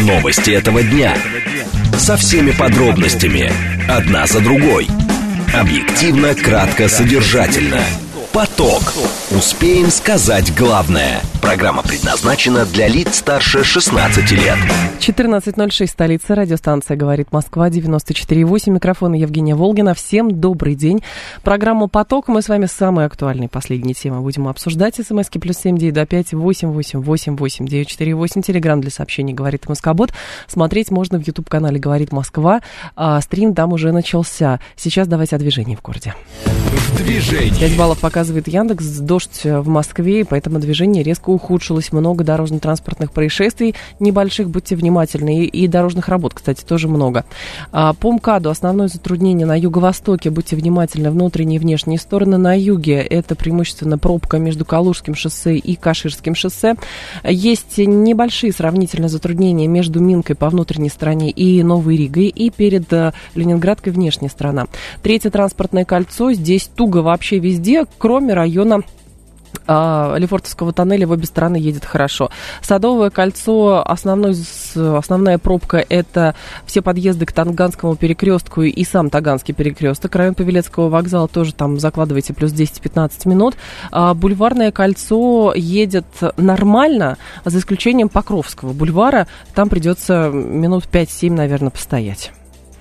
Новости этого дня. Со всеми подробностями. Одна за другой. Объективно, кратко, содержательно. Поток. Успеем сказать главное. Программа предназначена для лиц старше 16 лет. 14:06, столица, радиостанция «Говорит Москва», 94,8. Микрофон Евгения Волгина. Всем добрый день. Программа «Поток». Мы с вами самые актуальные последние темы будем обсуждать. СМСки +7 925 888 8948. Телеграм для сообщений «Говорит Москобот». Смотреть можно в YouTube-канале «Говорит Москва». Стрим там уже начался. Сейчас давайте о движении в городе. Движение. 5 баллов показывает Яндекс. Дождь в Москве, поэтому движение резко ухудшилось. Много дорожно-транспортных происшествий небольших, будьте внимательны. И дорожных работ, кстати, тоже много. По МКАДу основное затруднение на юго-востоке. Будьте внимательны, внутренние и внешние стороны. На юге это преимущественно пробка между Калужским шоссе и Каширским шоссе. Есть небольшие сравнительно затруднения между Минкой по внутренней стороне и Новой Ригой, и перед Ленинградкой внешняя сторона. Третье транспортное кольцо. Здесь туго вообще везде, кроме района Лефортовского тоннеля, в обе стороны едет хорошо. Садовое кольцо, основная пробка — это все подъезды к Таганскому перекрестку и сам Таганский перекресток. Район Павелецкого вокзала тоже там закладывайте плюс 10-15 минут. Бульварное кольцо едет нормально, за исключением Покровского бульвара. Там придется минут 5-7, наверное, постоять.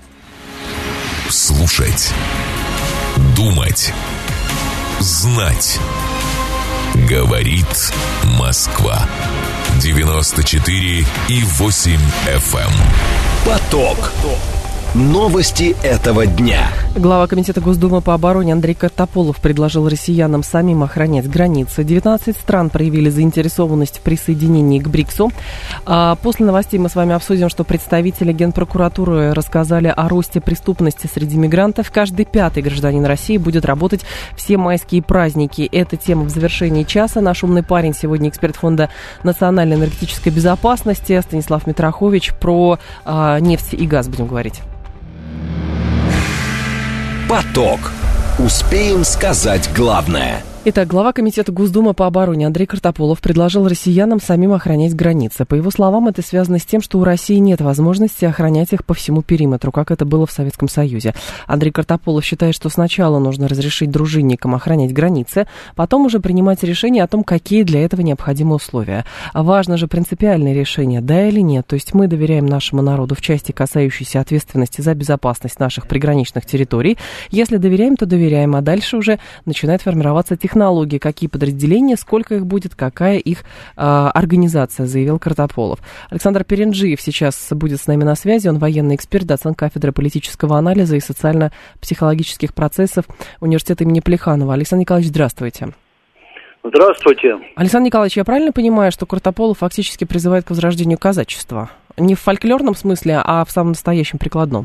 Слушать, думать, знать. Говорит Москва. 94,8 FM. Поток. Новости этого дня. Глава Комитета Госдумы по обороне Андрей Картополов предложил россиянам самим охранять границы. 19 стран проявили заинтересованность в присоединении к БРИКСу. После новостей мы с вами обсудим, что представители Генпрокуратуры рассказали о росте преступности среди мигрантов. Каждый пятый гражданин России будет работать все майские праздники. Это тема в завершении часа. Наш умный парень сегодня эксперт Фонда национальной энергетической безопасности Станислав Митрохович. Про нефть и газ будем говорить. Поток. Успеем сказать главное. Итак, глава Комитета Госдумы по обороне Андрей Картополов предложил россиянам самим охранять границы. По его словам, это связано с тем, что у России нет возможности охранять их по всему периметру, как это было в Советском Союзе. Андрей Картополов считает, что сначала нужно разрешить дружинникам охранять границы, потом уже принимать решение о том, какие для этого необходимы условия. Важно же принципиальное решение, да или нет. То есть мы доверяем нашему народу в части, касающейся ответственности за безопасность наших приграничных территорий. Если доверяем, то доверяем, а дальше уже начинает формироваться технология, какие подразделения, сколько их будет, какая их организация, заявил Картополов. Александр Перенджиев сейчас будет с нами на связи. Он военный эксперт, доцент кафедры политического анализа и социально-психологических процессов Университета имени Плеханова. Александр Николаевич, здравствуйте. Здравствуйте. Александр Николаевич, я правильно понимаю, что Картополов фактически призывает к возрождению казачества? Не в фольклорном смысле, а в самом настоящем прикладном?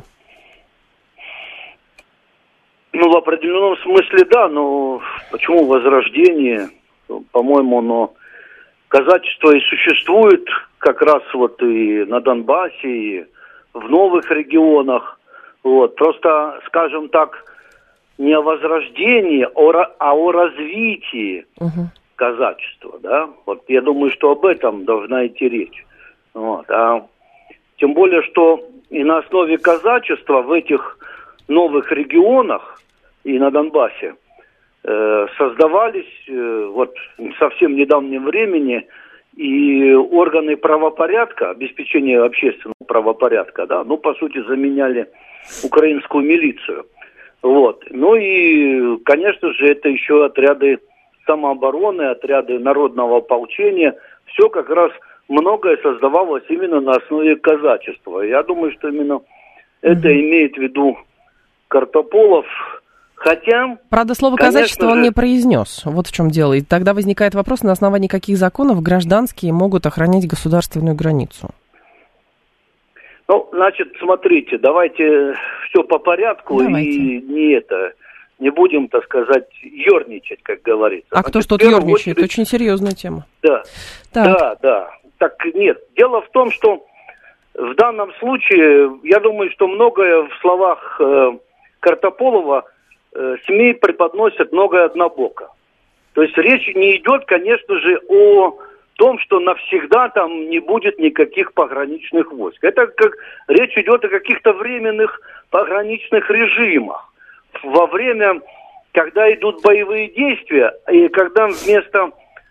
Ну, в определенном смысле, да, но почему возрождение? По-моему, оно казачество и существует как раз вот и на Донбассе, и в новых регионах. Вот. Просто, скажем так, не о возрождении, а о развитии казачества, да. Вот я думаю, что об этом должна идти речь. Вот. А тем более, что и на основе казачества в этих новых регионах и на Донбассе создавались вот в совсем недавнем времени и органы правопорядка, обеспечения общественного правопорядка, да, ну, по сути, заменяли украинскую милицию. Вот. Ну и, конечно же, это еще отряды самообороны, отряды народного ополчения. Все как раз многое создавалось именно на основе казачества. Я думаю, что именно это имеет в виду Картополов. Хотя... Правда, слово «казачество» он не произнес. Вот в чем дело. И тогда возникает вопрос, на основании каких законов гражданские могут охранять государственную границу? Ну, значит, смотрите, давайте все по порядку. Давайте. И не будем, так сказать, ерничать, как говорится. А значит, кто ж тут ерничает? Очередь... Очень серьезная тема. Да, так. Да. Так нет, дело в том, что в данном случае, я думаю, что многое в словах Картополова СМИ преподносят многое однобоко. То есть речь не идет, конечно же, о в том, что навсегда там не будет никаких пограничных войск. Это как речь идет о каких-то временных пограничных режимах. Во время, когда идут боевые действия, и когда вместо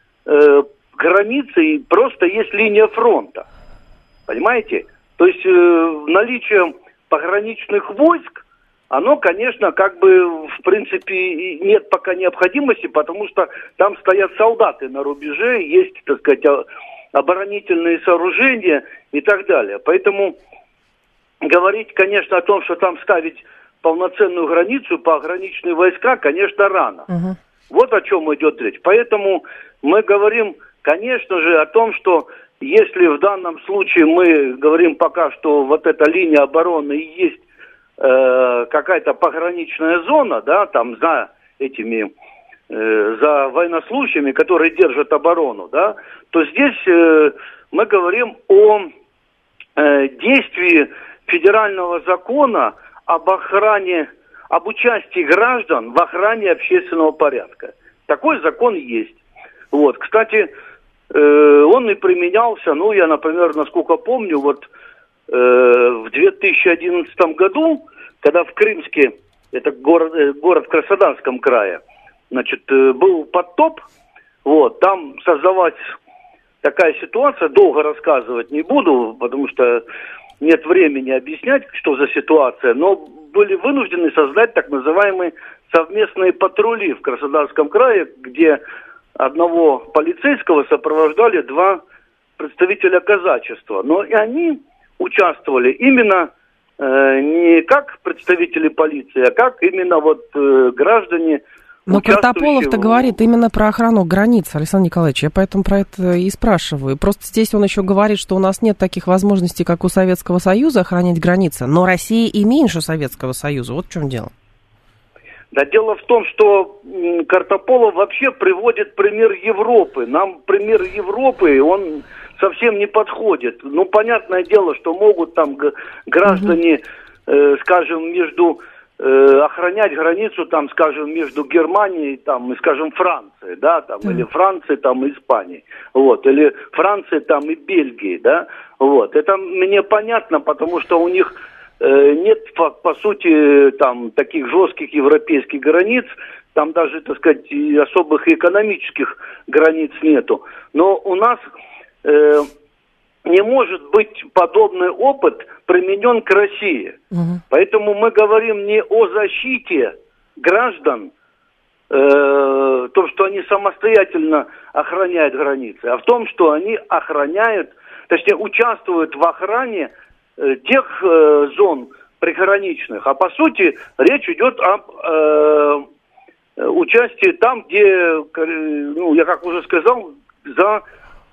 границы просто есть линия фронта. Понимаете? То есть наличие пограничных войск, оно, конечно, как бы, в принципе, нет пока необходимости, потому что там стоят солдаты на рубеже, есть, так сказать, оборонительные сооружения и так далее. Поэтому говорить, конечно, о том, что там ставить полноценную границу, пограничные войска, конечно, рано. Вот о чем идет речь. Поэтому мы говорим, конечно же, о том, что если в данном случае мы говорим пока, что вот эта линия обороны и есть какая-то пограничная зона, да, там за этими, за военнослужащими, которые держат оборону, да, то здесь мы говорим о действии федерального закона об охране, об участии граждан в охране общественного порядка. Такой закон есть. Вот, кстати, он и применялся, ну, я, например, насколько помню, вот в 2011 году, когда в Крымске, это город в Краснодарском крае, значит, был потоп, вот, там создалась такая ситуация, долго рассказывать не буду, потому что нет времени объяснять, что за ситуация, но были вынуждены создать так называемые совместные патрули в Краснодарском крае, где одного полицейского сопровождали 2 представителя казачества. Но и они участвовали именно не как представители полиции, а как именно вот граждане. Но Картополов-то говорит именно про охрану границ, Александр Николаевич, я поэтому про это и спрашиваю. Просто здесь он еще говорит, что у нас нет таких возможностей, как у Советского Союза, охранять границы, но Россия и меньше Советского Союза. Вот в чем дело. Да, дело в том, что Картополов вообще приводит пример Европы. Нам пример Европы, он совсем не подходит. Ну, понятное дело, что могут там граждане, скажем, охранять границу, там, скажем, между Германией, там, и, скажем, Францией, да, там, или Францией, там, и Испанией, вот, или Францией, там, и Бельгией, да, вот. Это мне понятно, потому что у них нет, по сути, там, таких жестких европейских границ, там даже, так сказать, и особых экономических границ нету. Но у нас не может быть подобный опыт применен к России. Поэтому мы говорим не о защите граждан, том, что они самостоятельно охраняют границы, а в том, что они охраняют, точнее, участвуют в охране тех зон приграничных. А по сути речь идет об участии там, где, ну, я как уже сказал, за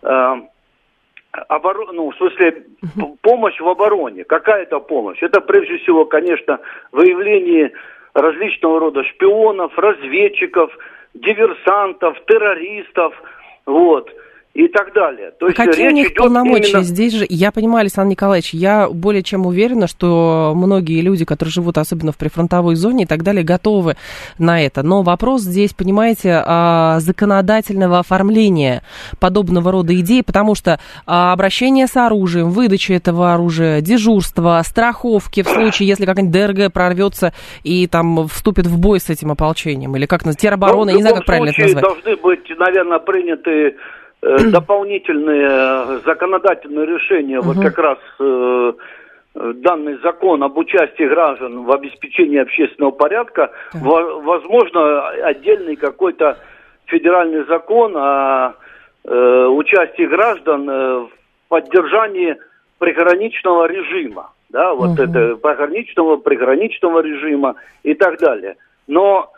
в смысле, помощь в обороне. Какая это помощь? Это прежде всего, конечно, выявление различного рода шпионов, разведчиков, диверсантов, террористов, вот, и так далее. То есть какие у них полномочия? Именно... Здесь же, я понимаю, Александр Николаевич, я более чем уверена, что многие люди, которые живут особенно в прифронтовой зоне и так далее, готовы на это. Но вопрос здесь, понимаете, законодательного оформления подобного рода идей, потому что обращение с оружием, выдача этого оружия, дежурство, страховки в случае, если какая-нибудь ДРГ прорвется и там вступит в бой с этим ополчением, или как называется, тероборона, я не знаю, как правильно это назвать. Должны быть, наверное, приняты дополнительные законодательные решения, вот как раз данный закон об участии граждан в обеспечении общественного порядка, возможно, отдельный какой-то федеральный закон о участии граждан в поддержании приграничного режима, да, вот это приграничного режима и так далее. Но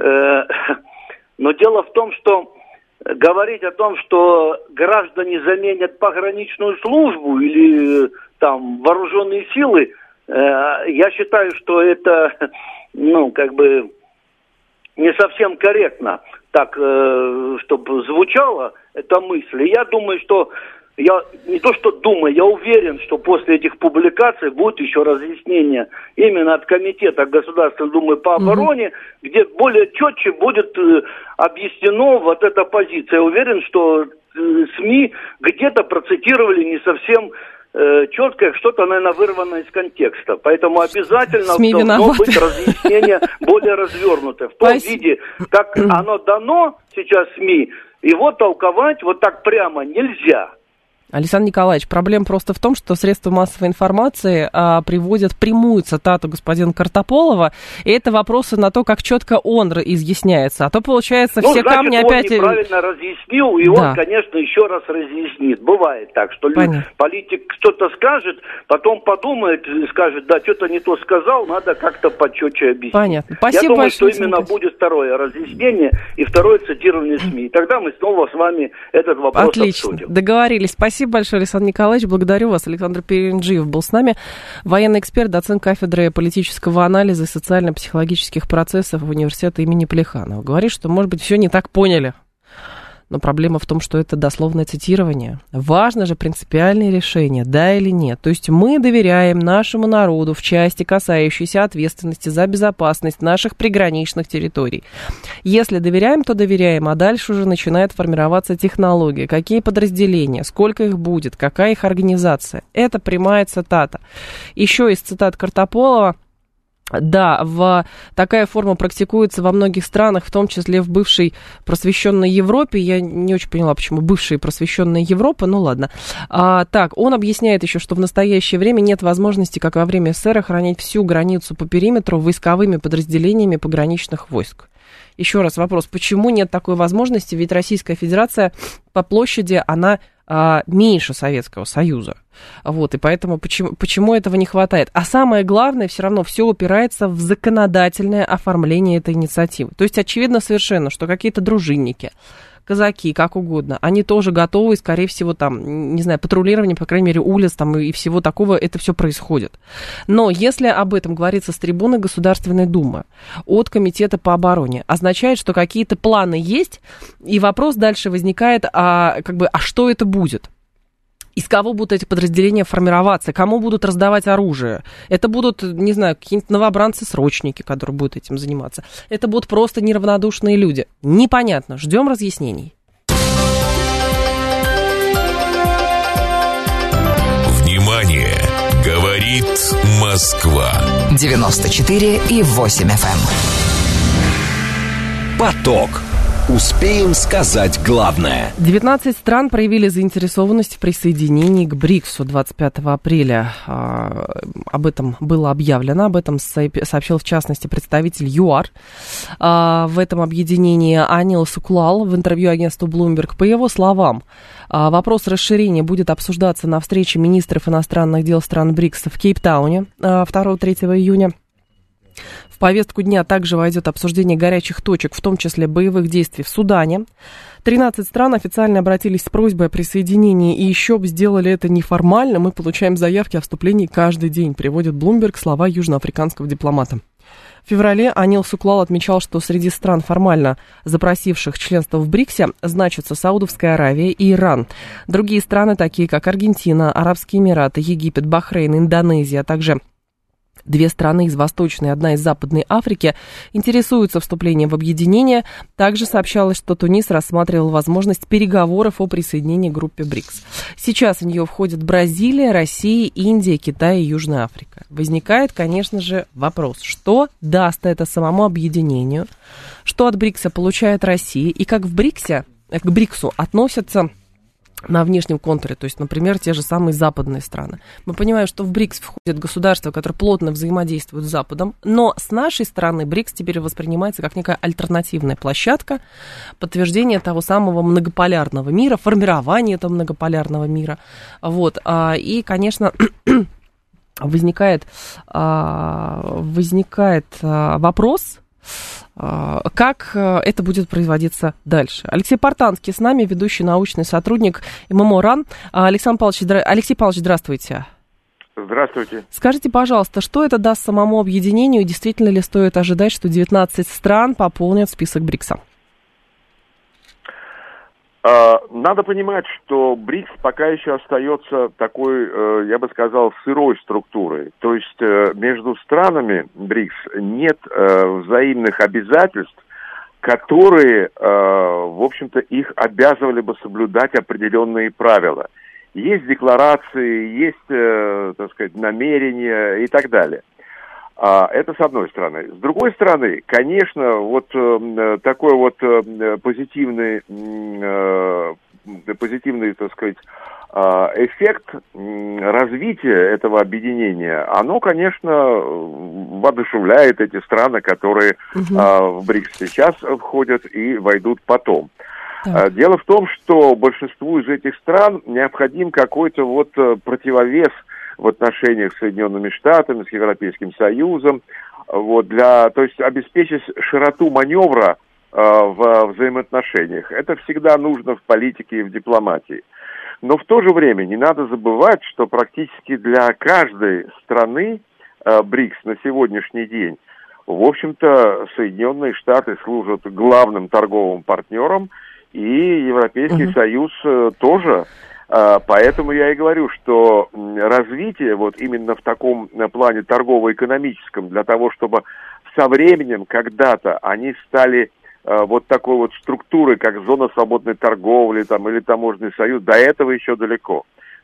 дело в том, что говорить о том, что граждане заменят пограничную службу или там вооруженные силы, я считаю, что это, ну, как бы не совсем корректно так, чтобы звучала эта мысль. И я думаю, что я не то что думаю, я уверен, что после этих публикаций будет еще разъяснение именно от Комитета Государственной Думы по обороне, где более четче будет объяснено вот эта позиция. Я уверен, что СМИ где-то процитировали не совсем четко, что-то, наверное, вырвано из контекста. Поэтому обязательно должно быть разъяснение более развернутое. В том виде, как оно дано сейчас СМИ, его толковать вот так прямо нельзя. Александр Николаевич, проблема просто в том, что средства массовой информации приводят прямую цитату господина Картополова, и это вопросы на то, как четко он изъясняется. А то, получается, все камни опять... он неправильно разъяснил, и он, конечно, еще раз разъяснит. Бывает так, что политик что-то скажет, потом подумает и скажет, да, что-то не то сказал, надо как-то почетче объяснить. Понятно. Спасибо. Я думаю, большое, что именно будет второе разъяснение и второе цитирование СМИ. И тогда мы снова с вами этот вопрос обсудим. Договорились. Спасибо большое, Александр Николаевич. Благодарю вас. Александр Перенджиев был с нами. Военный эксперт, доцент кафедры политического анализа и социально-психологических процессов университета имени Плеханова. Говорит, что, может быть, все не так поняли. Но проблема в том, что это дословное цитирование. Важно же принципиальное решение, да или нет. То есть мы доверяем нашему народу в части, касающейся ответственности за безопасность наших приграничных территорий. Если доверяем, то доверяем, а дальше уже начинает формироваться технология. Какие подразделения, сколько их будет, какая их организация. Это прямая цитата. Еще из цитат Картополова. Да, такая форма практикуется во многих странах, в том числе в бывшей просвещенной Европе. Я не очень поняла, почему бывшая просвещенная Европа, ну ладно. Так, он объясняет еще, что в настоящее время нет возможности, как во время СССР, охранять всю границу по периметру войсковыми подразделениями пограничных войск. Еще раз вопрос, почему нет такой возможности? Ведь Российская Федерация по площади, она меньше Советского Союза. Вот, и поэтому почему этого не хватает? А самое главное, все равно все упирается в законодательное оформление этой инициативы. То есть очевидно совершенно, что какие-то дружинники, казаки, как угодно, они тоже готовы, скорее всего, там, не знаю, патрулирование, по крайней мере, улиц там и всего такого, это все происходит. Но если об этом говорится с трибуны Государственной Думы, от Комитета по обороне, означает, что какие-то планы есть, и вопрос дальше возникает, а что это будет? Из кого будут эти подразделения формироваться? Кому будут раздавать оружие? Это будут, не знаю, какие-нибудь новобранцы-срочники, которые будут этим заниматься. Это будут просто неравнодушные люди. Непонятно. Ждем разъяснений. Внимание! Говорит Москва. 94,8 FM. Поток. Успеем сказать главное. 19 стран проявили заинтересованность в присоединении к БРИКСу 25 апреля. Об этом было объявлено, об этом сообщил в частности представитель ЮАР в этом объединении Анил Суклал в интервью агентству Bloomberg. По его словам, вопрос расширения будет обсуждаться на встрече министров иностранных дел стран БРИКСа в Кейптауне 2-3 июня. В повестку дня также войдет обсуждение горячих точек, в том числе боевых действий в Судане. 13 стран официально обратились с просьбой о присоединении, и еще сделали это неформально. Мы получаем заявки о вступлении каждый день, приводит Bloomberg слова южноафриканского дипломата. В феврале Анил Суклал отмечал, что среди стран, формально запросивших членство в БРИКСе, значатся Саудовская Аравия и Иран. Другие страны, такие как Аргентина, Арабские Эмираты, Египет, Бахрейн, Индонезия, а также 2 страны из Восточной и 1 из Западной Африки интересуются вступлением в объединение. Также сообщалось, что Тунис рассматривал возможность переговоров о присоединении к группе БРИКС. Сейчас в нее входят Бразилия, Россия, Индия, Китай и Южная Африка. Возникает, конечно же, вопрос, что даст это самому объединению, что от БРИКСа получает Россия и как к БРИКСу относятся на внешнем контуре, то есть, например, те же самые западные страны. Мы понимаем, что в БРИКС входят государства, которые плотно взаимодействуют с Западом, но с нашей стороны БРИКС теперь воспринимается как некая альтернативная площадка, подтверждение того самого многополярного мира, формирование этого многополярного мира. Вот. И, конечно, возникает вопрос, как это будет производиться дальше. Алексей Портанский с нами, ведущий научный сотрудник ММО РАН. Алексей Павлович, здравствуйте. Здравствуйте. Скажите, пожалуйста, что это даст самому объединению, и действительно ли стоит ожидать, что 19 стран пополнят список БРИКСа? Надо понимать, что БРИКС пока еще остается такой, я бы сказал, сырой структурой. То есть между странами БРИКС нет взаимных обязательств к которые, в общем-то, их обязывали бы соблюдать определенные правила. Есть декларации, есть, так сказать, намерения и так далее. Это с одной стороны. С другой стороны, конечно, вот такой вот позитивный, так сказать, эффект развития этого объединения, оно, конечно, воодушевляет эти страны, которые в БРИКС сейчас входят и войдут потом. Так. Дело в том, что большинству из этих стран необходим какой-то вот противовес в отношениях с Соединенными Штатами, с Европейским Союзом, вот, то есть обеспечить широту маневра в взаимоотношениях. Это всегда нужно в политике и в дипломатии. Но в то же время не надо забывать, что практически для каждой страны БРИКС на сегодняшний день, в общем-то, Соединенные Штаты служат главным торговым партнером, и Европейский Союз тоже. Поэтому я и говорю, что развитие вот именно в таком плане торгово-экономическом, для того, чтобы со временем когда-то они стали вот такой вот структурой, как зона свободной торговли там, или таможенный союз, до этого еще далеко.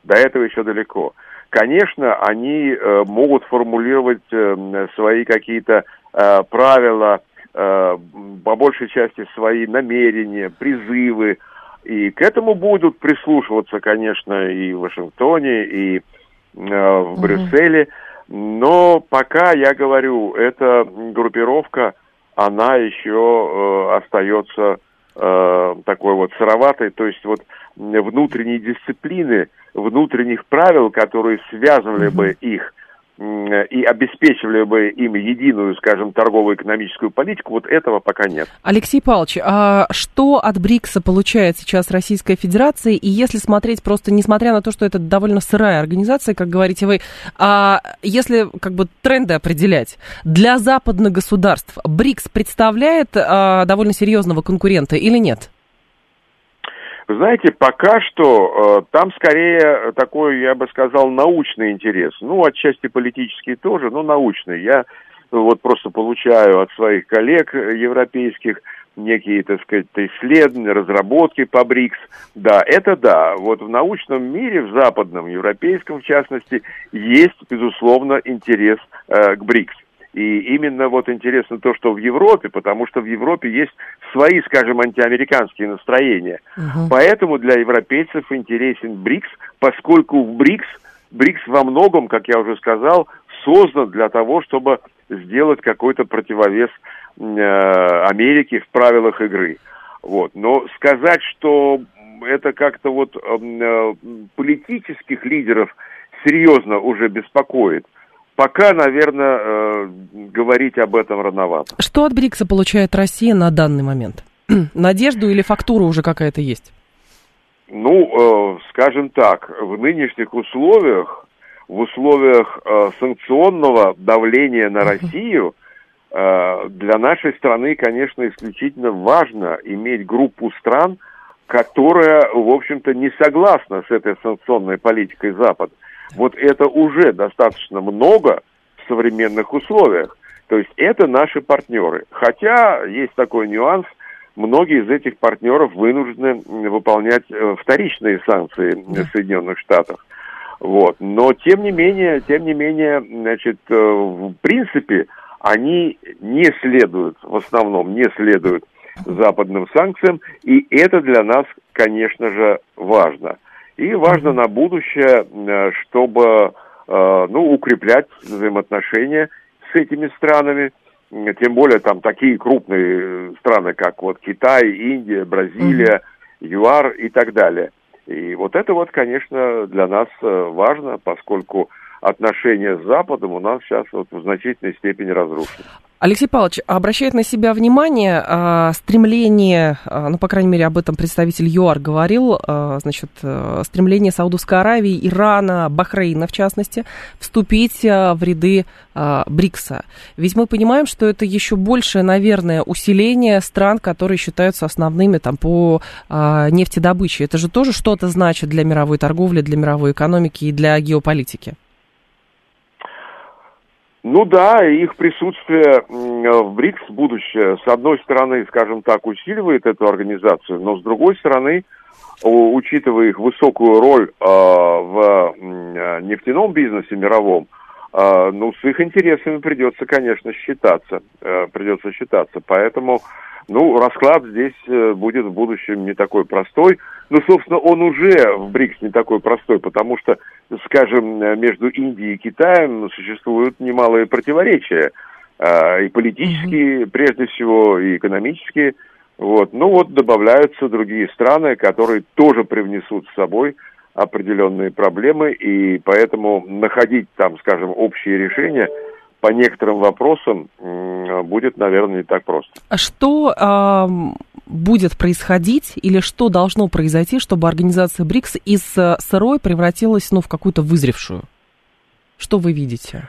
Конечно, они могут формулировать свои какие-то правила, по большей части свои намерения, призывы, и к этому будут прислушиваться, конечно, и в Вашингтоне, и в Брюсселе, но пока, я говорю, эта группировка, она еще остается такой вот сыроватой, то есть вот внутренней дисциплины, внутренних правил, которые связывали бы их и обеспечивали бы им единую, скажем, торгово-экономическую политику, вот этого пока нет. Алексей Павлович, а что от БРИКСа получает сейчас Российская Федерация? И если смотреть просто, несмотря на то, что это довольно сырая организация, как говорите вы, если как бы тренды определять, для западных государств БРИКС представляет довольно серьезного конкурента или нет? Вы знаете, пока что там скорее такой, я бы сказал, научный интерес. Ну, отчасти политический тоже, но научный. Я вот просто получаю от своих коллег европейских некие, так сказать, исследования, разработки по БРИКС. Да, это да. Вот в научном мире, в западном, европейском в частности, есть, безусловно, интерес к БРИКС. И именно вот интересно то, что в Европе, потому что в Европе есть свои, скажем, антиамериканские настроения. Поэтому для европейцев интересен БРИКС, поскольку в БРИКС во многом, как я уже сказал, создан для того, чтобы сделать какой-то противовес Америке в правилах игры. Вот. Но сказать, что это как-то вот политических лидеров серьезно уже беспокоит, пока, наверное, говорить об этом рановато. Что от БРИКСа получает Россия на данный момент? Надежду или фактура уже какая-то есть? Ну, скажем так, в нынешних условиях, в условиях санкционного давления на Россию, для нашей страны, конечно, исключительно важно иметь группу стран, которая, в общем-то, не согласна с этой санкционной политикой Запада. Вот это уже достаточно много в современных условиях. То есть это наши партнеры. Хотя есть такой нюанс, многие из этих партнеров вынуждены выполнять вторичные санкции в Соединенных Штатах. Вот. Но тем не менее, значит, в принципе, они не следуют, в основном не следуют западным санкциям, и это для нас, конечно же, важно. И важно на будущее, чтобы укреплять взаимоотношения с этими странами, тем более там такие крупные страны, как вот Китай, Индия, Бразилия, ЮАР и так далее. И вот это вот, конечно, для нас важно, поскольку отношения с Западом у нас сейчас вот в значительной степени разрушены. Алексей Павлович, обращает на себя внимание стремление, по крайней мере, об этом представитель ЮАР говорил, стремление Саудовской Аравии, Ирана, Бахрейна, в частности, вступить в ряды БРИКСа. Ведь мы понимаем, что это еще большее, наверное, усиление стран, которые считаются основными там, по нефтедобыче. Это же тоже что-то значит для мировой торговли, для мировой экономики и для геополитики. Ну да, их присутствие в БРИКС будущее, с одной стороны, скажем так, усиливает эту организацию, но с другой стороны, учитывая их высокую роль в нефтяном бизнесе мировом, с их интересами придется, конечно, считаться. Поэтому, расклад здесь будет в будущем не такой простой. Собственно, он уже в БРИКС не такой простой, потому что, скажем, между Индией и Китаем существуют немалые противоречия. И политические, прежде всего, и экономические. Добавляются другие страны, которые тоже привнесут с собой определенные проблемы, и поэтому находить там, скажем, общие решения по некоторым вопросам будет, наверное, не так просто. А что будет происходить или что должно произойти, чтобы организация БРИКС из сырой превратилась, в какую-то вызревшую? Что вы видите?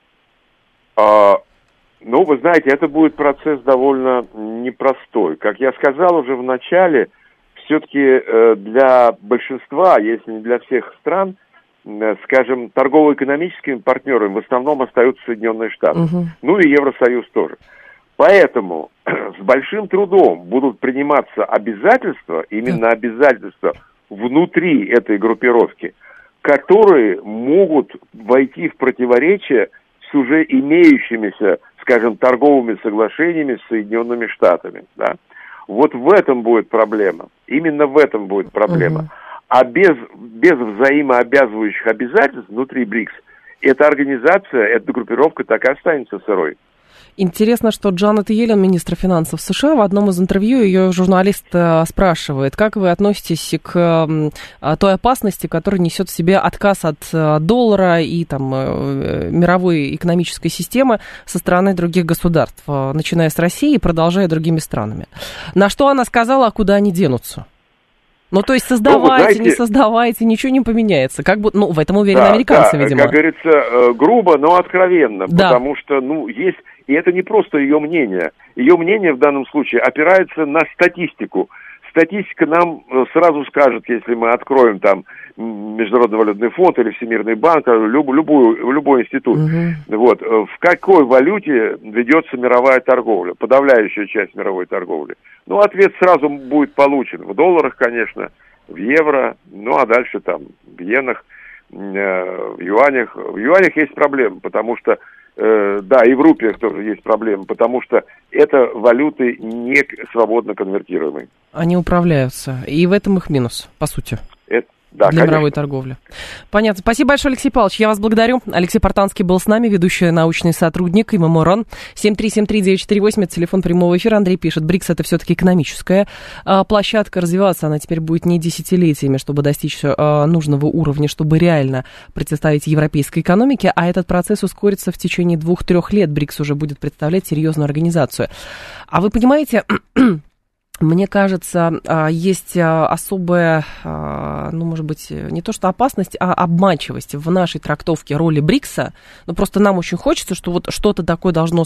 Вы знаете, это будет процесс довольно непростой. Как я сказал уже в начале, все-таки для большинства, если не для всех стран, скажем, торгово-экономическими партнерами в основном остаются Соединенные Штаты. И Евросоюз тоже. Поэтому с большим трудом будут приниматься обязательства, именно обязательства внутри этой группировки, которые могут войти в противоречие с уже имеющимися, скажем, торговыми соглашениями с Соединенными Штатами, да. Вот в этом будет проблема. Именно в этом будет проблема. А без взаимообязывающих обязательств внутри БРИКС эта организация, эта группировка так и останется сырой. Интересно, что Джанет Йеллен, министр финансов США, в одном из интервью ее журналист спрашивает, как вы относитесь к той опасности, которую несет в себе отказ от доллара и мировой экономической системы со стороны других государств, начиная с России и продолжая другими странами. На что она сказала, а куда они денутся? То есть создавайте, не создавайте, ничего не поменяется. В этом уверены американцы, видимо. Как говорится, грубо, но откровенно. Да. Потому что, есть... И это не просто ее мнение. Ее мнение в данном случае опирается на статистику. Статистика нам сразу скажет, если мы откроем там Международный валютный фонд или Всемирный банк, любой институт, в какой валюте ведется мировая торговля, подавляющая часть мировой торговли. Ответ сразу будет получен. В долларах, конечно, в евро, а дальше там в иенах, в юанях. В юанях есть проблемы, потому что и в рупиях тоже есть проблемы, потому что это валюты не свободно конвертируемые. Они управляются, и в этом их минус, по сути. Да, для мировой торговли. Понятно. Спасибо большое, Алексей Павлович. Я вас благодарю. Алексей Портанский был с нами, ведущий научный сотрудник ИММОРОН. 7373948, это телефон прямого эфира. Андрей пишет, БРИКС это все-таки экономическая площадка. Развиваться она теперь будет не десятилетиями, чтобы достичь нужного уровня, чтобы реально противостоять европейской экономике, а этот процесс ускорится в течение 2-3 лет. БРИКС уже будет представлять серьезную организацию. А вы понимаете... Мне кажется, есть особая, может быть, не то что опасность, а обманчивость в нашей трактовке роли БРИКСа. Просто нам очень хочется, что вот что-то такое должно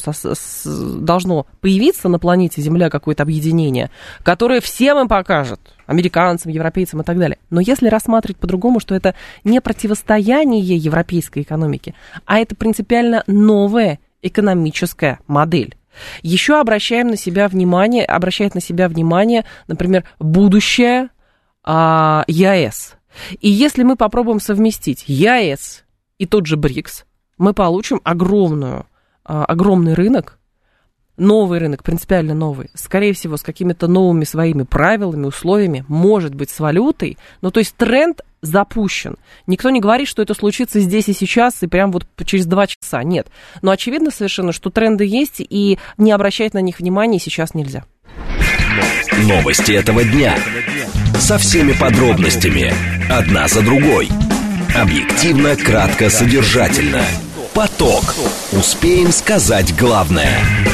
появиться на планете Земля, какое-то объединение, которое всем им покажет, американцам, европейцам и так далее. Но если рассматривать по-другому, что это не противостояние европейской экономики, а это принципиально новая экономическая модель. Еще обращает на себя внимание, например, будущее ЕАЭС. И если мы попробуем совместить ЕАЭС и тот же БРИКС, мы получим огромный рынок, новый рынок, принципиально новый, скорее всего, с какими-то новыми своими правилами, условиями, может быть, с валютой. То есть тренд запущен. Никто не говорит, что это случится здесь и сейчас, и прям через 2 часа. Нет. Но очевидно совершенно, что тренды есть, и не обращать на них внимания сейчас нельзя. Новости этого дня. Со всеми подробностями. Одна за другой. Объективно, кратко, содержательно. Поток. Успеем сказать главное.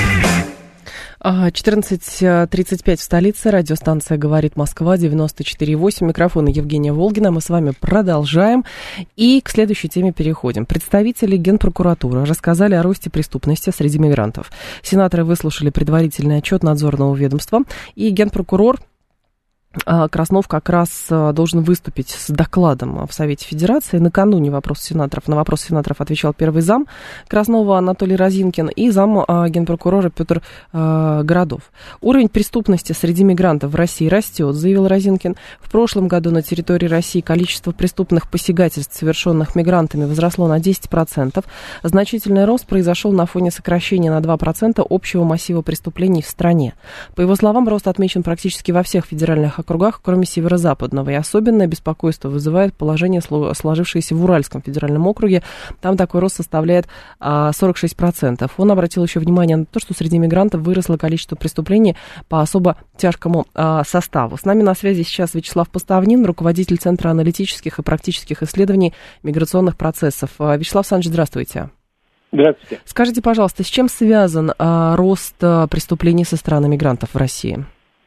14:35 в столице. Радиостанция «Говорит Москва», 94,8. Микрофон Евгения Волгина. Мы с вами продолжаем. И к следующей теме переходим. Представители Генпрокуратуры рассказали о росте преступности среди мигрантов. Сенаторы выслушали предварительный отчет надзорного ведомства. И Генпрокурор Краснов как раз должен выступить с докладом в Совете Федерации. Накануне на вопрос сенаторов отвечал первый зам Краснова Анатолий Розинкин и зам генпрокурора Петр Городов. Уровень преступности среди мигрантов в России растет, заявил Розинкин. В прошлом году на территории России количество преступных посягательств, совершенных мигрантами, возросло на 10%. Значительный рост произошел на фоне сокращения на 2% общего массива преступлений в стране. По его словам, рост отмечен практически во всех федеральных округах, кроме северо-западного. И особенное беспокойство вызывает положение, сложившееся в Уральском федеральном округе. Там такой рост составляет 46%. Он обратил еще внимание на то, что среди мигрантов выросло количество преступлений по особо тяжкому составу. С нами на связи сейчас Вячеслав Поставнин, руководитель Центра аналитических и практических исследований миграционных процессов. Вячеслав Александрович, здравствуйте. Здравствуйте. Скажите, пожалуйста, с чем связан рост преступлений со стороны мигрантов в России?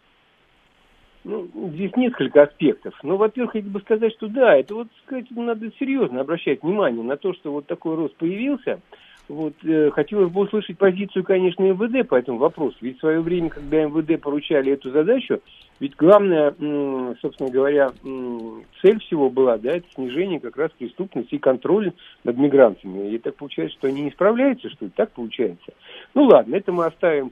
Здесь несколько аспектов. Во-первых, хотел бы сказать, что да, это надо серьезно обращать внимание на то, что вот такой рост появился. Хотелось бы услышать позицию, конечно, МВД по этому вопросу. Ведь в свое время, когда МВД поручали эту задачу, ведь главная, собственно говоря, цель всего была, это снижение как раз преступности и контроль над мигрантами. И так получается, что они не справляются, что ли? Так получается. Ладно, это мы оставим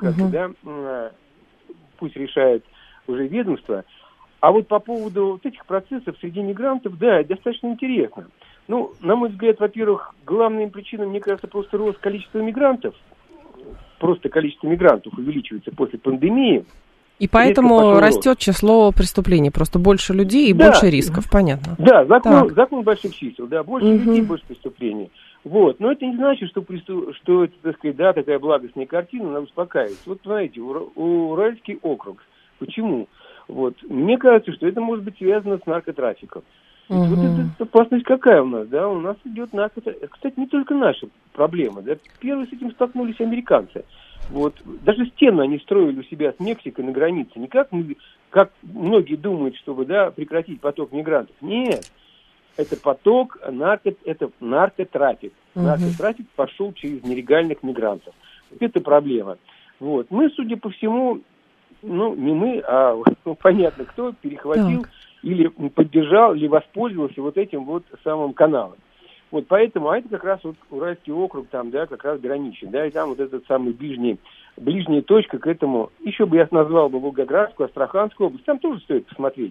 пусть решает уже ведомство. А вот по поводу этих процессов среди мигрантов, да, это достаточно интересно. На мой взгляд, во-первых, главной причиной, мне кажется, просто рост количества мигрантов. Просто количество мигрантов увеличивается после пандемии. И поэтому растет число преступлений. Просто больше людей и больше рисков, понятно. Да, закон больших чисел, больше людей, больше преступлений. Но это не значит, что это, так сказать, такая благостная картина, она успокаивает. Знаете, Уральский округ. Почему? Мне кажется, что это может быть связано с наркотрафиком. Эта опасность какая у нас, У нас идет наркотрафик. Кстати, не только наша проблема, Первые с этим столкнулись американцы. Даже стену они строили у себя с Мексикой на границе. Не как многие думают, чтобы, прекратить поток мигрантов. Нет. Это поток, это наркотрафик. Наркотрафик пошел через нелегальных мигрантов. Это проблема. Мы, судя по всему, не мы, а понятно, кто перехватил или поддержал, или воспользовался этим самым каналом. Поэтому, это как раз Уральский округ, там, как раз граничит, и там этот самый ближняя точка к этому, еще бы я назвал бы Волгоградскую, Астраханскую область, там тоже стоит посмотреть.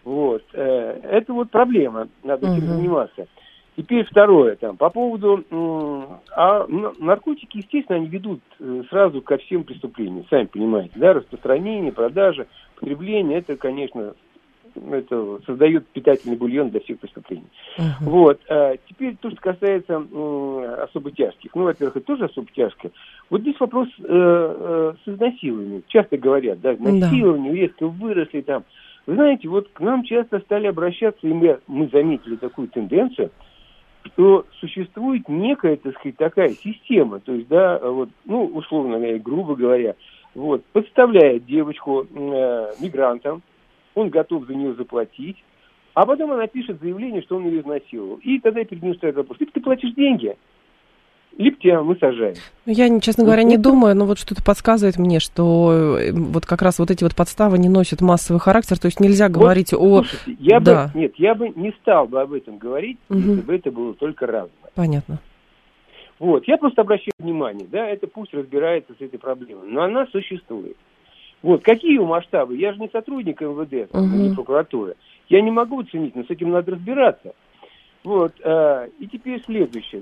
Это проблема, надо этим заниматься. Теперь второе, по поводу, наркотики, естественно, они ведут сразу ко всем преступлениям, сами понимаете, распространение, продажа, потребление, это, конечно, это создает питательный бульон для всех преступлений. Теперь то, что касается особо тяжких. Во-первых, это тоже особо тяжкое. Здесь вопрос с изнасилованием. Часто говорят, изнасилование резко выросли там. Вы знаете, к нам часто стали обращаться, и мы заметили такую тенденцию, что существует некая, так сказать, такая система, то есть, условно говоря, грубо говоря, подставляет девочку мигрантам, он готов за нее заплатить, а потом она пишет заявление, что он ее изнасиловал. И тогда перед ним стоит вопрос: либо ты платишь деньги, либо тебя мы сажаем. Я, честно говоря, не думаю, но что-то подсказывает мне, что как раз эти подставы не носят массовый характер, то есть нельзя говорить о... Слушайте, я бы не стал бы об этом говорить, если бы это было только разное. Понятно. Я просто обращаю внимание, это пусть разбирается с этой проблемой, но она существует. Какие ее масштабы? Я же не сотрудник МВД, не прокуратуры. Я не могу оценить, но с этим надо разбираться. И теперь следующее,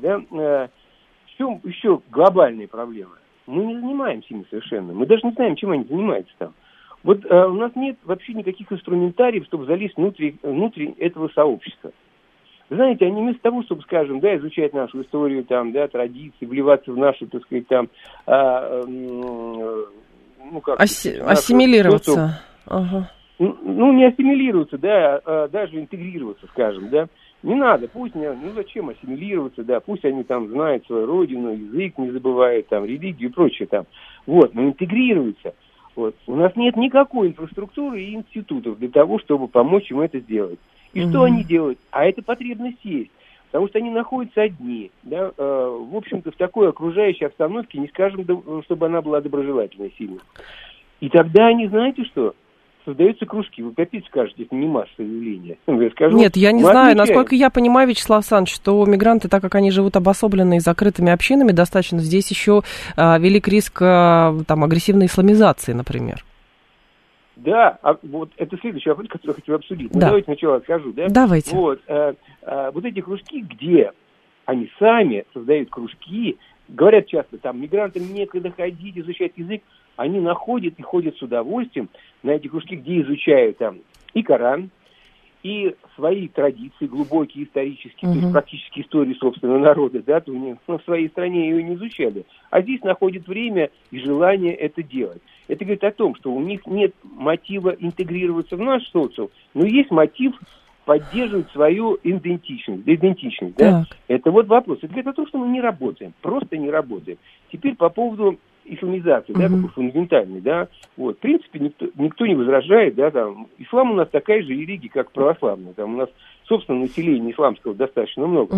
в чем еще глобальная проблема? Мы не занимаемся ими совершенно. Мы даже не знаем, чем они занимаются там. У нас нет вообще никаких инструментариев, чтобы залезть внутрь этого сообщества. Вы знаете, они вместо того, чтобы, скажем, изучать нашу историю, традиции, вливаться в нашу, так сказать, ассимилироваться. Не ассимилироваться, а даже интегрироваться, скажем, Не надо, зачем ассимилироваться, пусть они там знают свою родину, язык не забывают, религию и прочее но интегрируются. У нас нет никакой инфраструктуры и институтов для того, чтобы помочь им это сделать. И что они делают? А эта потребность есть. Потому что они находятся одни, в общем-то, в такой окружающей обстановке, не скажем, чтобы она была доброжелательной сильно. И тогда они, знаете что, создаются кружки. Вы опять скажете, это не массовое явление. Я скажу, Нет, я не знаю. Насколько я понимаю, Вячеслав Александрович, что мигранты, так как они живут обособленно и закрытыми общинами достаточно, здесь еще велик риск там, агрессивной исламизации, например. Да, вот это следующий вопрос, который я хочу обсудить. Да. Давайте сначала скажу, да? Давайте. Вот эти кружки, где они сами создают кружки, говорят часто, там, мигрантам некогда ходить, изучать язык, они находят и ходят с удовольствием на эти кружки, где изучают там и Коран, и свои традиции, глубокие исторические, то есть практически истории собственного народа, да, то в своей стране ее не изучали. А здесь находят время и желание это делать. Это говорит о том, что у них нет мотива интегрироваться в наш социум, но есть мотив поддерживать свою идентичность, да? Это вот вопрос. Это говорит о том, что мы не работаем, просто не работаем. Теперь по поводу исламизации, да, такой фундаментальной, да, вот, в принципе, никто не возражает, да, там, ислам у нас такая же религия, как православная, там у нас, собственно, населения исламского достаточно много.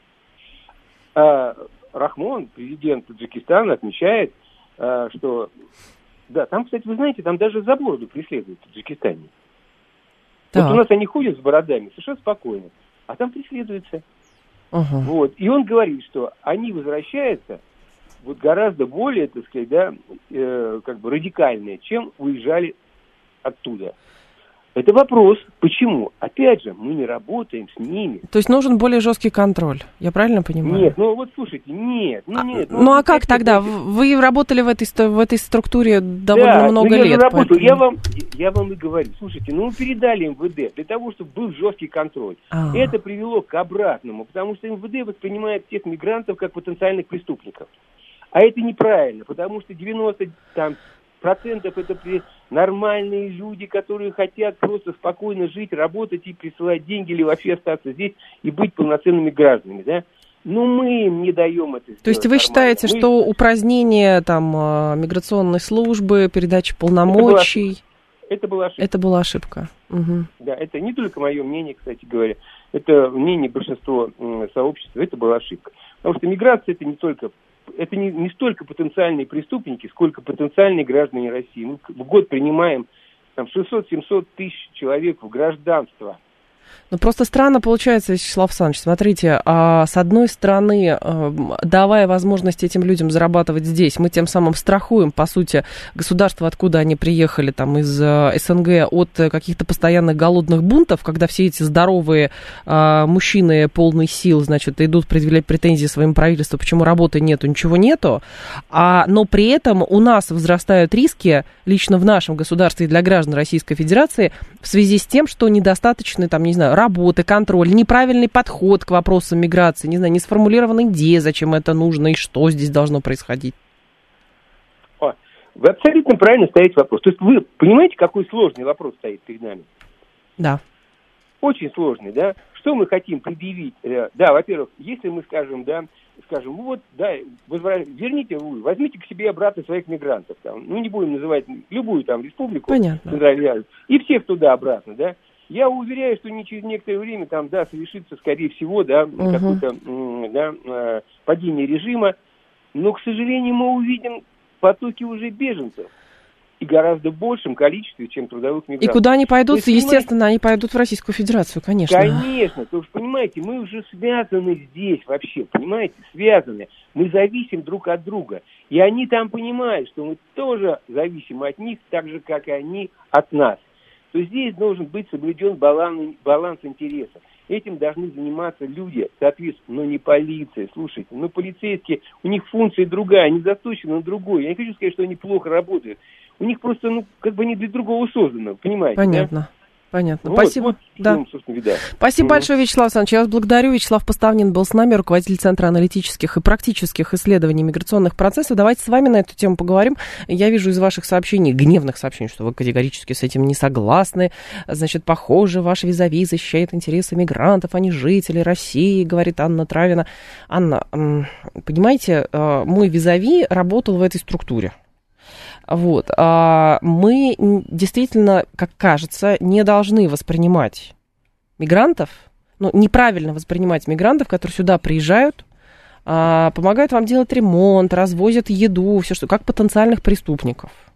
Рахмон, президент Таджикистана, отмечает, что, да, там, кстати, вы знаете, там даже за бороду преследуют в Таджикистане. Вот у нас они ходят с бородами совершенно спокойно, а там преследуются. Вот, и он говорит, что они возвращаются вот гораздо более, так сказать, да, как бы радикальные, чем уезжали оттуда. Это вопрос, почему? Опять же, мы не работаем с ними. То есть нужен более жесткий контроль, я правильно понимаю? Нет, ну вот слушайте, нет. Ну а как тогда? Вы работали в этой структуре довольно много лет. Поэтому... Я вам и говорю, слушайте, мы передали МВД для того, чтобы был жесткий контроль. Это привело к обратному, потому что МВД воспринимает всех мигрантов как потенциальных преступников. А это неправильно, потому что 90% это нормальные люди, которые хотят просто спокойно жить, работать и присылать деньги или вообще остаться здесь и быть полноценными гражданами, да? Но мы им не даем это сделать. То есть вы считаете, что упразднение там миграционной службы, передача полномочий... Это была ошибка. Это была ошибка. Да, это не только мое мнение, кстати говоря, это мнение большинства сообщества, это была ошибка. Потому что миграция это не столько потенциальные преступники, сколько потенциальные граждане России. Мы в год принимаем там 600-700 тысяч человек в гражданство. Ну, просто странно получается, Вячеслав Александрович, смотрите, с одной стороны, давая возможность этим людям зарабатывать здесь, мы тем самым страхуем, по сути, государство, откуда они приехали, там, из СНГ, от каких-то постоянных голодных бунтов, когда все эти здоровые мужчины, полные сил, значит, идут предъявлять претензии своему правительству, почему работы нету, ничего нету, но при этом у нас возрастают риски, лично в нашем государстве и для граждан Российской Федерации, в связи с тем, что недостаточно, там, не знаю, работы, контроль, неправильный подход к вопросам миграции, не знаю, не сформулирована идея, зачем это нужно и что здесь должно происходить. Вы абсолютно правильно ставите вопрос. То есть вы понимаете, какой сложный вопрос стоит перед нами? Да. Очень сложный, да? Что мы хотим предъявить? Да, во-первых, если мы скажем, вот, да, возьмите к себе обратно своих мигрантов, там, ну, не будем называть любую там республику, центральную, и всех туда обратно, да? Я уверяю, что не через некоторое время там, да, совершится, скорее всего, да, какое-то, падение режима, но, к сожалению, мы увидим потоки уже беженцев и гораздо большем количестве, чем трудовых мигрантов. И куда они пойдут? Естественно, они пойдут в Российскую Федерацию, конечно. Конечно, потому что, понимаете, мы уже связаны здесь вообще, понимаете, связаны. Мы зависим друг от друга. И они там понимают, что мы тоже зависим от них, так же, как и они от нас. То здесь должен быть соблюден баланс интересов. Этим должны заниматься люди, соответственно, но не полиция. Слушайте, полицейские, у них функция другая, они заточены на другое. Я не хочу сказать, что они плохо работают. У них просто, не для другого создано, понимаете? Понятно. Да? Понятно. Спасибо. Спасибо большое, Вячеслав Александрович. Я вас благодарю. Вячеслав Поставнин был с нами, руководитель Центра аналитических и практических исследований миграционных процессов. Давайте с вами на эту тему поговорим. Я вижу из ваших сообщений, гневных сообщений, что вы категорически с этим не согласны. Значит, похоже, ваш визави защищает интересы мигрантов, а не жителей России, говорит Анна Травина. Анна, понимаете, мой визави работал в этой структуре. Вот. Мы действительно, как кажется, не должны воспринимать мигрантов, неправильно воспринимать мигрантов, которые сюда приезжают, помогают вам делать ремонт, развозят еду, все что, как потенциальных преступников.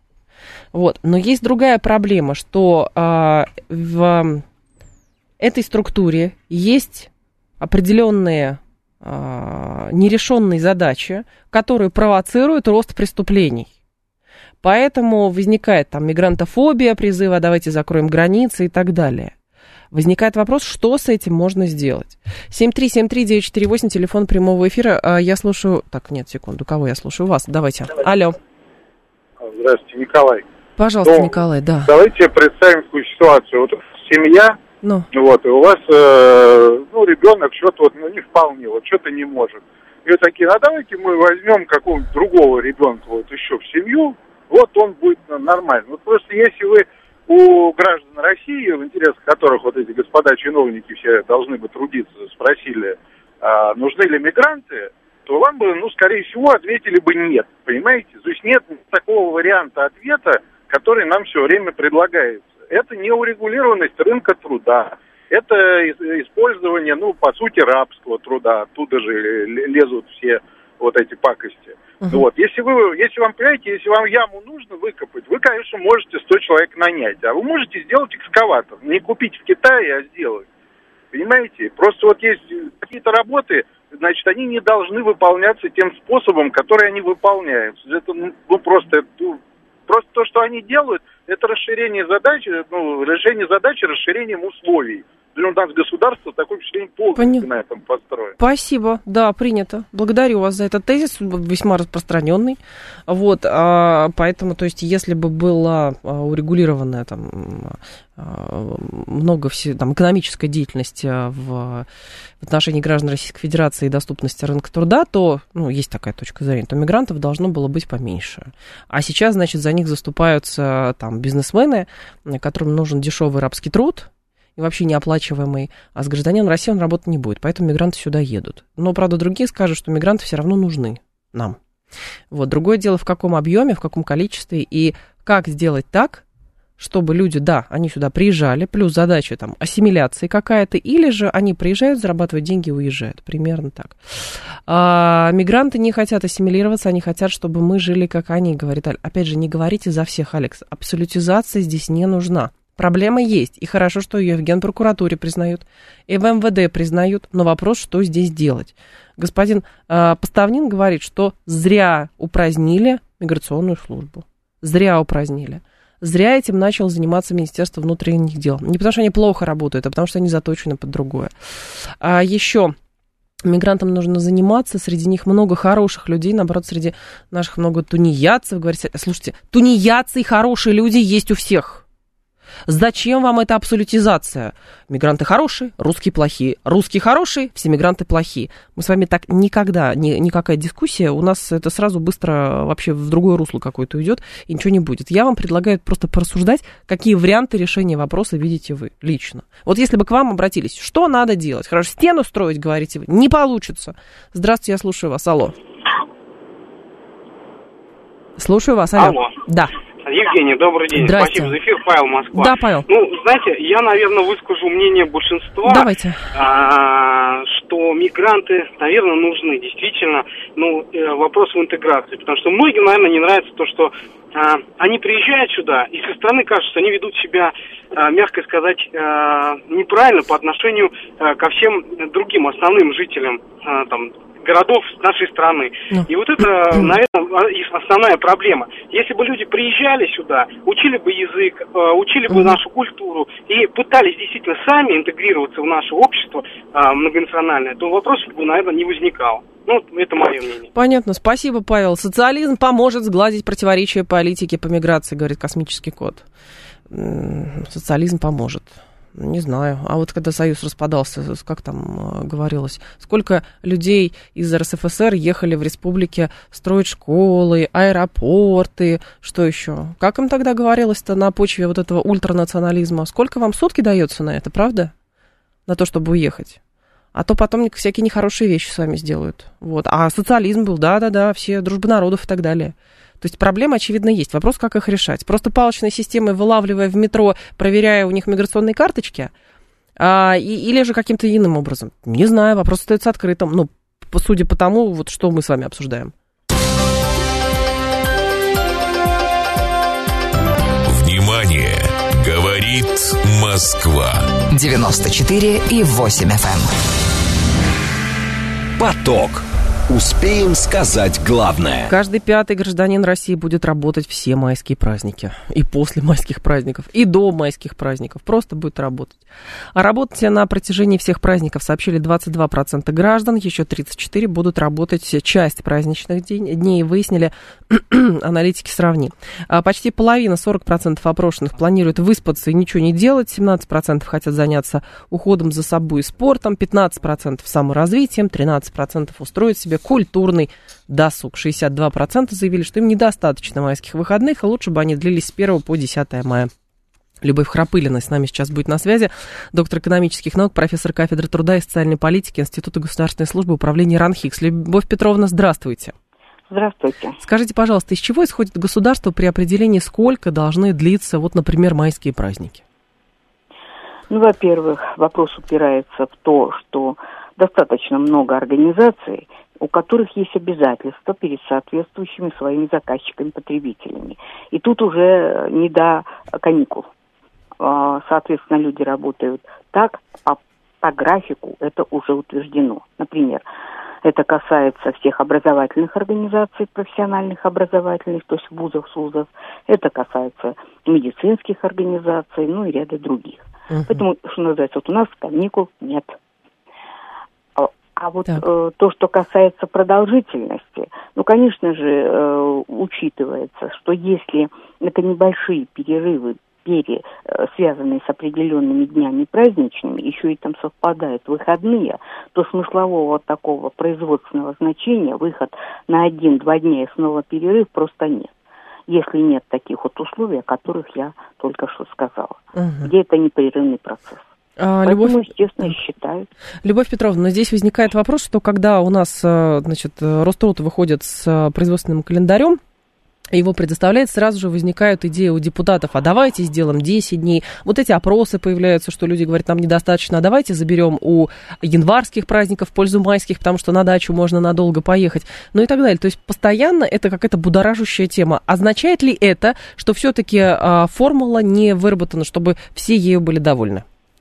Вот. Но есть другая проблема, что в этой структуре есть определенные нерешенные задачи, которые провоцируют рост преступлений. Поэтому возникает там мигрантофобия, призывы, давайте закроем границы и так далее. Возникает вопрос, что с этим можно сделать. 7373948, телефон прямого эфира. Я слушаю... Так, нет, секунду, кого я слушаю? Вас, давайте. Алло. Здравствуйте, Николай. Пожалуйста, Николай, да. Давайте представим такую ситуацию. Вот семья, вот, и у вас, ребенок что-то не вполне, что-то не может. И вы такие, давайте мы возьмем какого-нибудь другого ребенка еще в семью, вот он будет нормально. Вот просто если вы у граждан России, в интересах которых вот эти господа чиновники все должны бы трудиться, спросили, нужны ли мигранты, то вам бы, скорее всего, ответили бы нет, понимаете? То есть нет такого варианта ответа, который нам все время предлагается. Это неурегулированность рынка труда, это использование, по сути, рабского труда, оттуда же лезут все вот эти пакости. Вот. Если вам, понимаете, если вам яму нужно выкопать, вы, конечно, можете 100 человек нанять, а вы можете сделать экскаватор, не купить в Китае, а сделать. Понимаете? Просто вот есть какие-то работы, значит, они не должны выполняться тем способом, который они выполняются. Это, просто то, что они делают, это расширение задачи, решение задачи расширением условий. Для нас государство такое впечатление полностью на этом построено. Спасибо, да, принято. Благодарю вас за этот тезис, весьма распространенный. Вот, поэтому, то есть, если бы была урегулированная много экономической деятельности в отношении граждан Российской Федерации и доступности рынка труда, то, есть такая точка зрения, то мигрантов должно было быть поменьше. А сейчас, значит, за них заступаются бизнесмены, которым нужен дешевый рабский труд, и вообще неоплачиваемый, а с гражданином России он работать не будет, поэтому мигранты сюда едут. Но, правда, другие скажут, что мигранты все равно нужны нам. Вот. Другое дело, в каком объеме, в каком количестве, и как сделать так, чтобы люди, они сюда приезжали, плюс задача ассимиляции какая-то, или же они приезжают, зарабатывают деньги и уезжают. Примерно так. Мигранты не хотят ассимилироваться, они хотят, чтобы мы жили, как они, говорит. Опять же, не говорите за всех, Алекс. Абсолютизация здесь не нужна. Проблема есть, и хорошо, что ее в Генпрокуратуре признают, и в МВД признают, но вопрос, что здесь делать. Господин Поставнин говорит, что зря упразднили миграционную службу. Зря упразднили. Зря этим начало заниматься Министерство внутренних дел. Не потому, что они плохо работают, а потому, что они заточены под другое. А еще мигрантам нужно заниматься, среди них много хороших людей, наоборот, среди наших много тунеядцев. Говорите, слушайте, тунеядцы и хорошие люди есть у всех. Зачем вам эта абсолютизация? Мигранты хорошие, русские плохие. Русские хорошие, все мигранты плохие. Мы с вами так никогда, никакая дискуссия, у нас это сразу быстро вообще в другое русло какое-то уйдет, и ничего не будет. Я вам предлагаю просто порассуждать, какие варианты решения вопроса видите вы лично. Вот если бы к вам обратились, что надо делать? Хорошо, стену строить, говорите вы, не получится. Здравствуйте, я слушаю вас, алло. Слушаю вас, алло. Да. Евгений, добрый день. Спасибо за эфир. Павел, Москва. Да, Павел. Знаете, я, наверное, выскажу мнение большинства. Давайте. Что мигранты, наверное, нужны действительно. Вопрос в интеграции. Потому что многим, наверное, не нравится то, что они приезжают сюда, и со стороны кажется, что они ведут себя, мягко сказать, неправильно по отношению ко всем другим основным жителям городов нашей страны. И вот это, наверное, основная проблема. Если бы люди приезжали сюда, учили бы язык, учили бы нашу культуру и пытались действительно сами интегрироваться в наше общество многонациональное, то вопросов бы, наверное, не возникало. Это мое мнение. Понятно. Спасибо, Павел. Социализм поможет сгладить противоречия политики по миграции, говорит космический код. Социализм поможет. Не знаю. А вот когда Союз распадался, как там говорилось, сколько людей из РСФСР ехали в республике строить школы, аэропорты, что еще? Как им тогда говорилось-то на почве вот этого ультранационализма? Сколько вам сутки дается на это, правда? На то, чтобы уехать? А то потом всякие нехорошие вещи с вами сделают. Вот. А социализм был, да-да-да, все дружба народов и так далее. То есть проблемы, очевидно, есть. Вопрос, как их решать. Просто палочной системой, вылавливая в метро, проверяя у них миграционные карточки, или же каким-то иным образом. Не знаю, вопрос остается открытым. Судя по тому, что мы с вами обсуждаем. Говорит Москва. 94,8 FM. Поток. Успеем сказать главное. Каждый пятый гражданин России будет работать все майские праздники. И после майских праздников, и до майских праздников. Просто будет работать. А работать на протяжении всех праздников сообщили 22% граждан. Еще 34% будут работать часть праздничных дней. Выяснили аналитики «Сравни». Почти половина, 40% опрошенных планируют выспаться и ничего не делать. 17% хотят заняться уходом за собой и спортом. 15% саморазвитием. 13% устроить себе культурный досуг. 62% заявили, что им недостаточно майских выходных, а лучше бы они длились с 1 по 10 мая. Любовь Храпылина с нами сейчас будет на связи. Доктор экономических наук, профессор кафедры труда и социальной политики Института государственной службы управления РАНХИКС. Любовь Петровна, здравствуйте. Здравствуйте. Скажите, пожалуйста, из чего исходит государство при определении, сколько должны длиться, вот, например, майские праздники? Ну, во-первых, вопрос упирается в то, что достаточно много организаций, у которых есть обязательства перед соответствующими своими заказчиками-потребителями. И тут уже не до каникул. Соответственно, люди работают так, по графику это уже утверждено. Например, это касается всех образовательных организаций, профессиональных образовательных, то есть вузов, СУЗов. Это касается медицинских организаций, ну и ряда других. Поэтому, что называется, вот у нас каникул нет. А вот то, что касается продолжительности, ну, конечно же, учитывается, что если это небольшие перерывы, связанные с определенными днями праздничными, еще и там совпадают выходные, то смыслового такого производственного значения выход на 1-2 дня и снова перерыв просто нет. Если нет таких вот условий, о которых я только что сказала, где это непрерывный процесс. Поэтому, естественно, считают. Любовь Петровна, но здесь возникает вопрос, что когда у нас, значит, Роструд выходит с производственным календарем, его предоставляет, сразу же возникают идеи у депутатов, а давайте сделаем 10 дней. Вот эти опросы появляются, что люди говорят, нам недостаточно, а давайте заберем у январских праздников в пользу майских, потому что на дачу можно надолго поехать, ну и так далее. То есть постоянно это какая-то будоражащая тема. Означает ли это, что все-таки формула не выработана, чтобы все ею были довольны?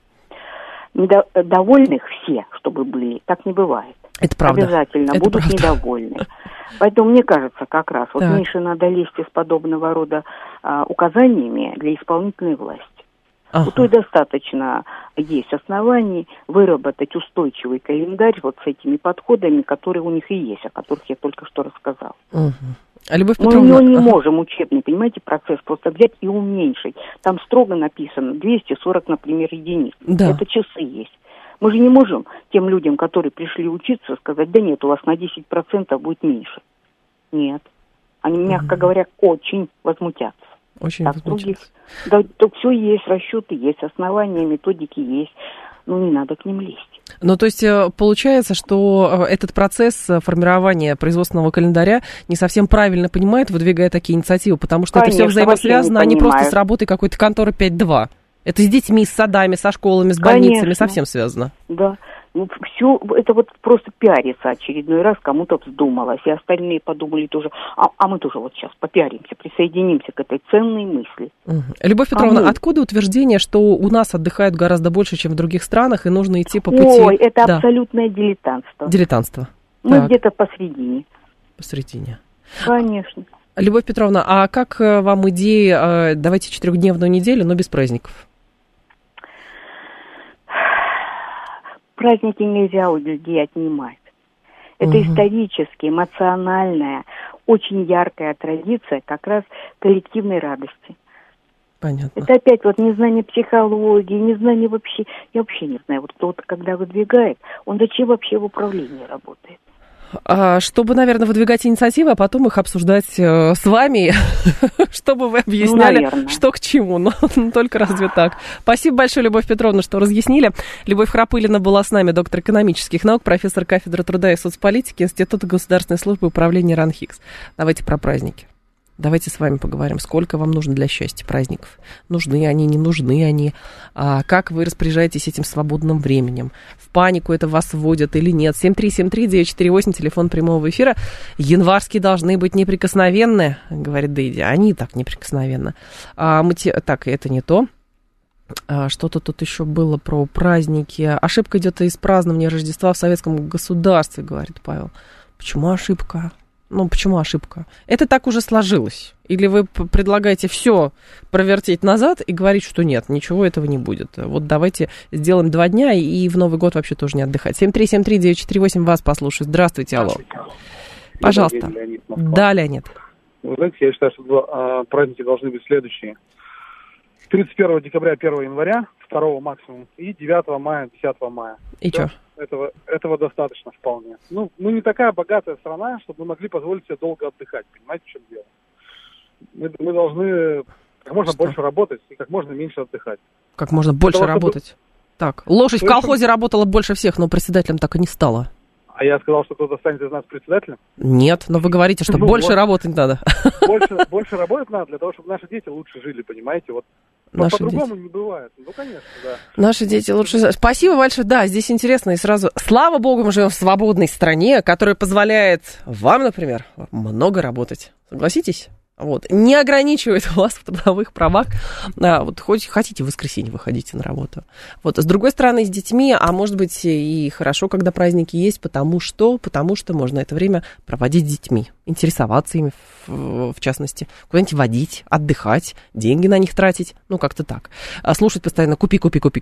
Довольных все, чтобы были, так не бывает. Это правда. Обязательно это будут правда. Недовольны. Поэтому мне кажется, как раз, вот меньше надо лезть из подобного рода указаниями для исполнительной власти. У той достаточно есть оснований выработать устойчивый календарь вот с этими подходами, которые у них и есть, о которых я только что рассказала. А Любовь Мы Петровна... не можем учебный, понимаете, процесс просто взять и уменьшить. Там строго написано 240, например, единиц. Да. Это часы есть. Мы же не можем тем людям, которые пришли учиться, сказать, да нет, у вас на 10% будет меньше. Нет. Они, мягко говоря, очень возмутятся. Очень так, возмутятся. Да, то все есть, расчеты есть, основания, методики есть. Ну, не надо к ним лезть. Ну, то есть получается, что этот процесс формирования производственного календаря не совсем правильно понимает, выдвигая такие инициативы, потому что конечно, это все взаимосвязано, а не просто с работой какой-то конторы 5.2. Это с детьми, с садами, со школами, с больницами, конечно, совсем связано. Да. Ну, все, это вот просто пиарится очередной раз, кому-то вздумалось, и остальные подумали тоже, а мы тоже вот сейчас попиаримся, присоединимся к этой ценной мысли. Любовь Петровна, откуда утверждение, что у нас отдыхают гораздо больше, чем в других странах, и нужно идти по пути... Ой, это абсолютное дилетантство. Дилетантство. Мы где-то посредине. Посредине. Конечно. Любовь Петровна, а как вам идея, давайте 4-дневную неделю, но без праздников? Праздники нельзя у людей отнимать. Это исторически, эмоциональная, очень яркая традиция как раз коллективной радости. Понятно. Это опять вот незнание психологии, незнание вообще... Я вообще не знаю, вот кто-то, когда выдвигает, он зачем вообще в управлении работает? Чтобы, наверное, выдвигать инициативы, а потом их обсуждать с вами, чтобы вы объясняли, что к чему. Но только разве так. Спасибо большое, Любовь Петровна, что разъяснили. Любовь Храпылина была с нами, доктор экономических наук, профессор кафедры труда и соцполитики Института государственной службы управления РАНХИКС. Давайте про праздники. Давайте с вами поговорим, сколько вам нужно для счастья праздников. Нужны они, не нужны они. Как вы распоряжаетесь этим свободным временем? В панику это вас вводят или нет? 7373948, телефон прямого эфира. Январские должны быть неприкосновенны, говорит Дэйди. Они так неприкосновенны. Так, это не то. Что-то тут еще было про праздники. Ошибка идет из празднования Рождества в советском государстве, говорит Павел. Почему ошибка? Почему ошибка? Это так уже сложилось. Или вы предлагаете все провертеть назад и говорить, что нет, ничего этого не будет. Вот давайте сделаем 2 дня и в Новый год вообще тоже не отдыхать. 7373948, вас послушаю. Здравствуйте, алло. Пожалуйста. Леонид, да, Леонид. Вы знаете, я считаю, что праздники должны быть следующие. 31 декабря, 1 января, 2 максимум, и 9 мая, 10 мая. И что? Этого достаточно вполне. Мы не такая богатая страна, чтобы мы могли позволить себе долго отдыхать. Понимаете, в чем дело? Мы должны как можно больше работать и как можно меньше отдыхать. Как можно больше работать? Так, лошадь в колхозе работала больше всех, но председателем так и не стала. А я сказал, что кто-то станет из нас председателем? Нет, но вы говорите, что больше работать надо. Больше работать надо для того, чтобы наши дети лучше жили, понимаете? По-другому не бывает. Конечно, да. Наши дети лучше... Спасибо большое. Да, здесь интересно. И сразу, слава богу, мы живем в свободной стране, которая позволяет вам, например, много работать. Согласитесь? Не ограничивает вас в трудовых правах. Хоть хотите в воскресенье выходите на работу. С другой стороны, с детьми, а может быть и хорошо, когда праздники есть, потому что можно это время проводить с детьми, интересоваться ими, в частности, куда-нибудь водить, отдыхать, деньги на них тратить, как-то так. Слушать постоянно купи.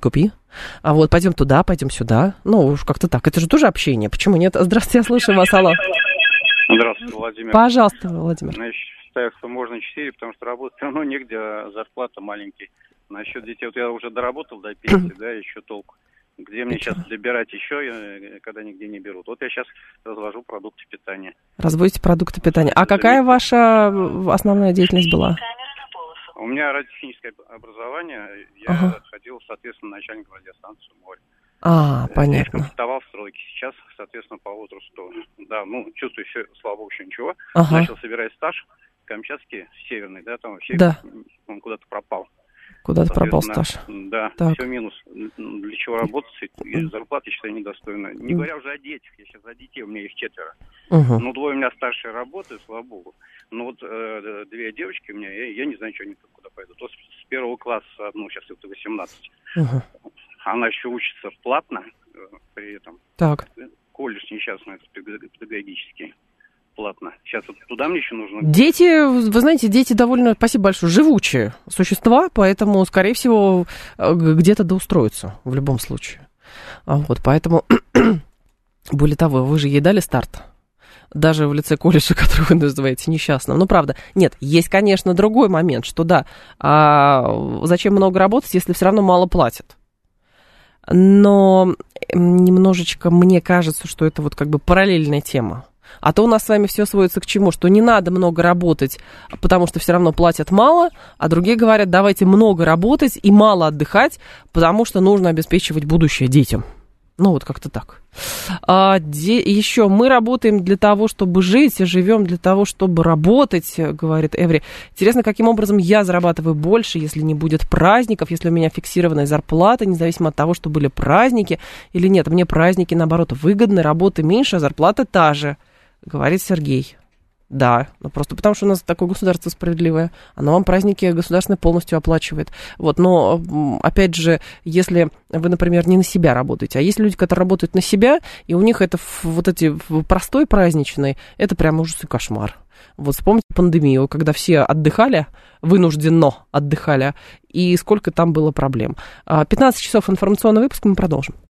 Пойдем туда, пойдем сюда. Уж как-то так. Это же тоже общение. Почему нет? Здравствуйте, я слушаю вас, алло. Здравствуйте, Владимир. Пожалуйста, Владимир. Считаю, что можно 4, потому что работать все равно негде, а зарплата маленькая. Насчет детей, я уже доработал до пенсии, еще толку. Где мне сейчас добирать еще, когда нигде не берут? Я сейчас развожу продукты питания. Разводите продукты питания. А какая ваша основная деятельность была? У меня радиотехническое образование. Я ходил, соответственно, начальником радиостанции «Море». Понятно. Я консультовал в стройке. Сейчас, соответственно, по возрасту, чувствую все, слава богу, еще ничего. Начал собирать стаж. Камчатский, северный, там вообще он куда-то пропал. Куда-то пропал стаж. Да, так. Все минус. Для чего работать? Зарплата, считаю, недостойна. Не говоря уже о детях. Я сейчас о детей, у меня их 4. 2 у меня старшие работают, слава богу. 2 девочки у меня, я не знаю, что они куда пойдут. С 1 класса, сейчас это 18. Она еще учится платно, при этом. Так. Колледж несчастный, педагогический. Платно. Сейчас туда мне еще нужно... Дети, вы знаете, дети довольно, спасибо большое, живучие существа, поэтому, скорее всего, где-то доустроятся в любом случае. Поэтому, более того, вы же ей дали старт, даже в лице колледжа, который вы называете несчастным. Правда, нет, есть, конечно, другой момент, что зачем много работать, если все равно мало платят. Но немножечко мне кажется, что это параллельная тема. А то у нас с вами все сводится к чему? Что не надо много работать, потому что все равно платят мало, а другие говорят, давайте много работать и мало отдыхать, потому что нужно обеспечивать будущее детям. Как-то так. Еще мы работаем для того, чтобы жить, и живем для того, чтобы работать, говорит Эври. Интересно, каким образом я зарабатываю больше, если не будет праздников, если у меня фиксированная зарплата, независимо от того, что были праздники или нет. Мне праздники, наоборот, выгодны, работы меньше, а зарплата та же, говорит Сергей. Да, просто потому что у нас такое государство справедливое. Оно вам праздники государственное полностью оплачивает. Но, опять же, если вы, например, не на себя работаете, а есть люди, которые работают на себя, и у них это эти простой праздничный, это прям ужас и кошмар. Вспомните пандемию, когда все отдыхали, вынужденно отдыхали, и сколько там было проблем. 15 часов информационный выпуск, мы продолжим.